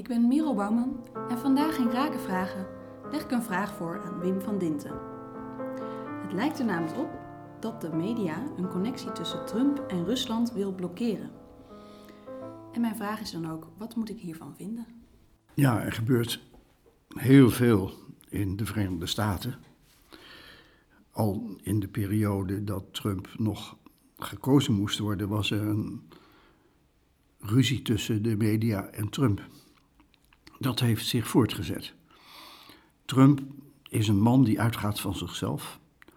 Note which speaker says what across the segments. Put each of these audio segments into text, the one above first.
Speaker 1: ben Merel Bouwman en vandaag in Rakenvragen leg ik een vraag voor aan Wim van Dinten. Het lijkt er namelijk op dat de media een connectie tussen Trump en Rusland wil blokkeren. En mijn vraag is dan ook, wat moet ik hiervan vinden?
Speaker 2: Ja, er gebeurt heel veel in de Verenigde Staten. Al in de periode dat Trump nog gekozen moest worden, was er een ruzie tussen de media en Trump. Dat heeft zich voortgezet. Trump is een man die uitgaat van zichzelf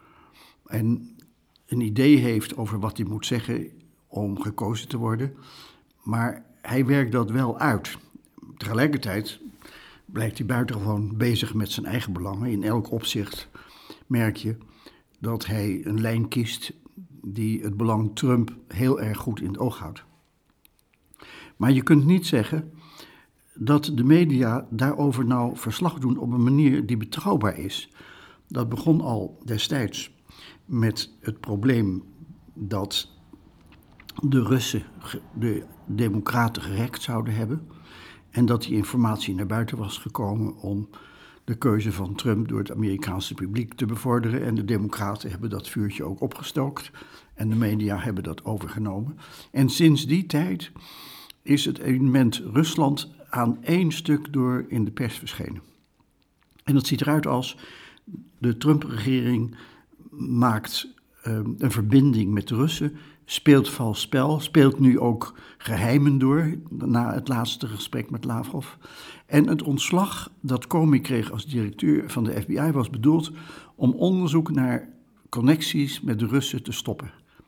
Speaker 2: en een idee heeft over wat hij moet zeggen om gekozen te worden, maar hij werkt dat wel uit. Tegelijkertijd blijkt hij buitengewoon bezig met zijn eigen belangen. In elk opzicht merk je dat hij een lijn kiest die het belang Trump heel erg goed in het oog houdt. Maar je kunt niet zeggen dat de media daarover nou verslag doen op een manier die betrouwbaar is. Dat begon al destijds met het probleem dat de Russen de democraten gerekt zouden hebben en dat die informatie naar buiten was gekomen om de keuze van Trump door het Amerikaanse publiek te bevorderen. En de democraten hebben dat vuurtje ook opgestookt en de media hebben dat overgenomen. En sinds die tijd is het element Rusland aan één stuk door in de pers verschenen. En dat ziet eruit als de Trump-regering maakt een verbinding met de Russen, speelt vals spel, speelt nu ook geheimen door na het laatste gesprek met Lavrov. En het ontslag dat Comey kreeg als directeur van de FBI was bedoeld om onderzoek naar connecties met de Russen te stoppen.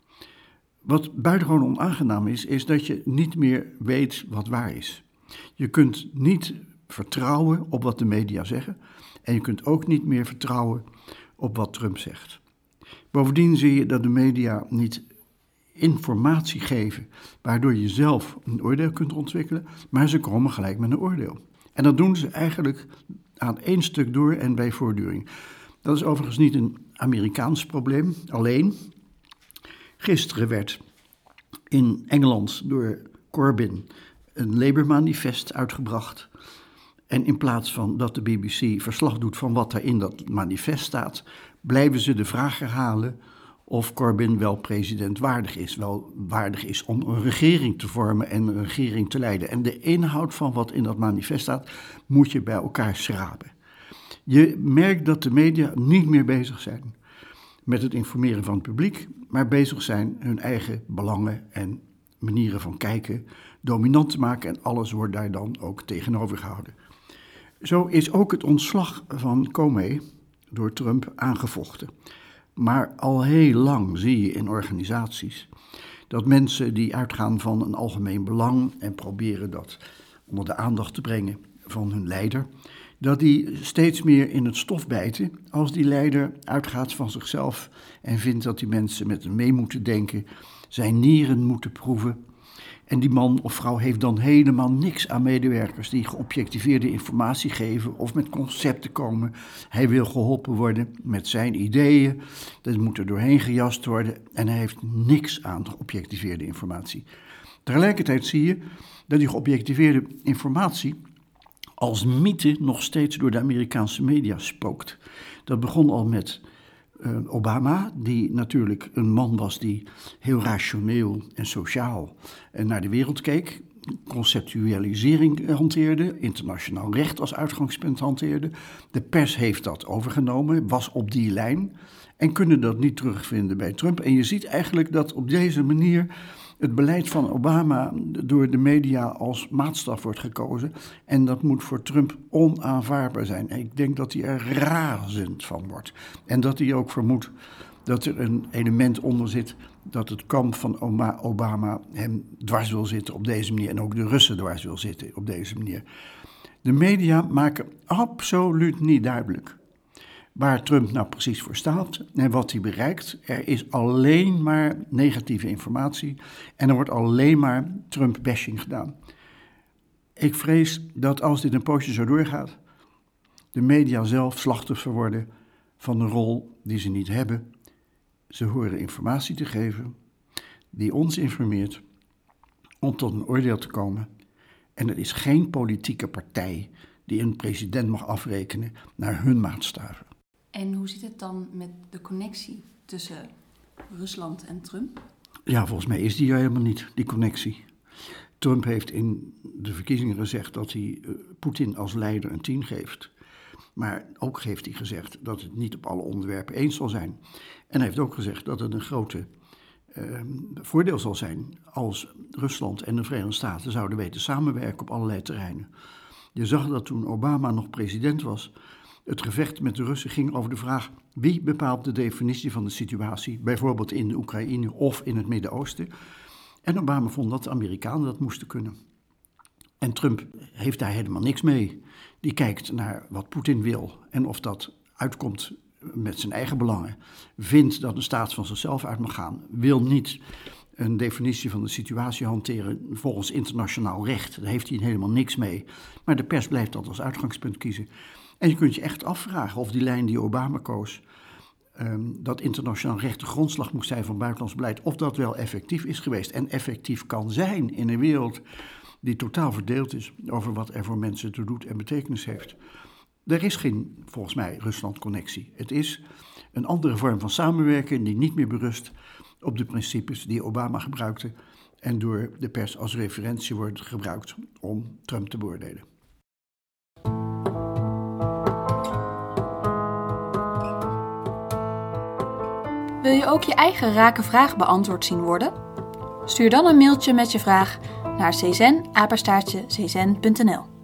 Speaker 2: Wat buitengewoon onaangenaam is dat je niet meer weet wat waar is. Je kunt niet vertrouwen op wat de media zeggen en je kunt ook niet meer vertrouwen op wat Trump zegt. Bovendien zie je dat de media niet informatie geven waardoor je zelf een oordeel kunt ontwikkelen, maar ze komen gelijk met een oordeel. En dat doen ze eigenlijk aan één stuk door en bij voortduring. Dat is overigens niet een Amerikaans probleem alleen. Gisteren werd in Engeland door Corbyn een Labour-manifest uitgebracht. En in plaats van dat de BBC verslag doet van wat er in dat manifest staat, blijven ze de vraag herhalen of Corbyn wel president waardig is om een regering te vormen en een regering te leiden. En de inhoud van wat in dat manifest staat, moet je bij elkaar schrapen. Je merkt dat de media niet meer bezig zijn met het informeren van het publiek, maar bezig zijn hun eigen belangen en manieren van kijken dominant te maken en alles wordt daar dan ook tegenover gehouden. Zo is ook het ontslag van Comey door Trump aangevochten. Maar al heel lang zie je in organisaties dat mensen die uitgaan van een algemeen belang en proberen dat onder de aandacht te brengen van hun leider, dat die steeds meer in het stof bijten als die leider uitgaat van zichzelf en vindt dat die mensen met hem mee moeten denken, zijn nieren moeten proeven. En die man of vrouw heeft dan helemaal niks aan medewerkers die geobjectiveerde informatie geven of met concepten komen. Hij wil geholpen worden met zijn ideeën, dat moet er doorheen gejast worden en hij heeft niks aan geobjectiveerde informatie. Tegelijkertijd zie je dat die geobjectiveerde informatie als mythe nog steeds door de Amerikaanse media spookt. Dat begon al met Obama, die natuurlijk een man was die heel rationeel en sociaal naar de wereld keek, conceptualisering hanteerde, internationaal recht als uitgangspunt hanteerde. De pers heeft dat overgenomen, was op die lijn en kunnen dat niet terugvinden bij Trump. En je ziet eigenlijk dat op deze manier het beleid van Obama door de media als maatstaf wordt gekozen. En dat moet voor Trump onaanvaardbaar zijn. En ik denk dat hij er razend van wordt. En dat hij ook vermoedt dat er een element onder zit dat het kamp van Obama hem dwars wil zitten op deze manier. En ook de Russen dwars wil zitten op deze manier. De media maken absoluut niet duidelijk waar Trump nou precies voor staat en wat hij bereikt. Er is alleen maar negatieve informatie en er wordt alleen maar Trump-bashing gedaan. Ik vrees dat als dit een poosje zo doorgaat, de media zelf slachtoffer worden van een rol die ze niet hebben. Ze horen informatie te geven die ons informeert om tot een oordeel te komen. En er is geen politieke partij die een president mag afrekenen naar hun maatstaven.
Speaker 1: En hoe zit het dan met de connectie tussen Rusland en Trump?
Speaker 2: Ja, volgens mij is die er helemaal niet, die connectie. Trump heeft in de verkiezingen gezegd dat hij Poetin als leider een 10 geeft. Maar ook heeft hij gezegd dat het niet op alle onderwerpen eens zal zijn. En hij heeft ook gezegd dat het een grote voordeel zal zijn als Rusland en de Verenigde Staten zouden weten samenwerken op allerlei terreinen. Je zag dat toen Obama nog president was, het gevecht met de Russen ging over de vraag wie bepaalt de definitie van de situatie, bijvoorbeeld in de Oekraïne of in het Midden-Oosten. En Obama vond dat de Amerikanen dat moesten kunnen. En Trump heeft daar helemaal niks mee. Die kijkt naar wat Poetin wil en of dat uitkomt met zijn eigen belangen. Vindt dat een staat van zichzelf uit mag gaan. Wil niet een definitie van de situatie hanteren volgens internationaal recht. Daar heeft hij helemaal niks mee. Maar de pers blijft dat als uitgangspunt kiezen. En je kunt je echt afvragen of die lijn die Obama koos, dat internationaal recht de grondslag moest zijn van buitenlands beleid, of dat wel effectief is geweest en effectief kan zijn in een wereld die totaal verdeeld is over wat er voor mensen te doet en betekenis heeft. Er is geen, volgens mij, Rusland-connectie. Het is een andere vorm van samenwerking die niet meer berust op de principes die Obama gebruikte en door de pers als referentie wordt gebruikt om Trump te beoordelen.
Speaker 1: Wil je ook je eigen rake vraag beantwoord zien worden? Stuur dan een mailtje met je vraag naar czen@czen.nl.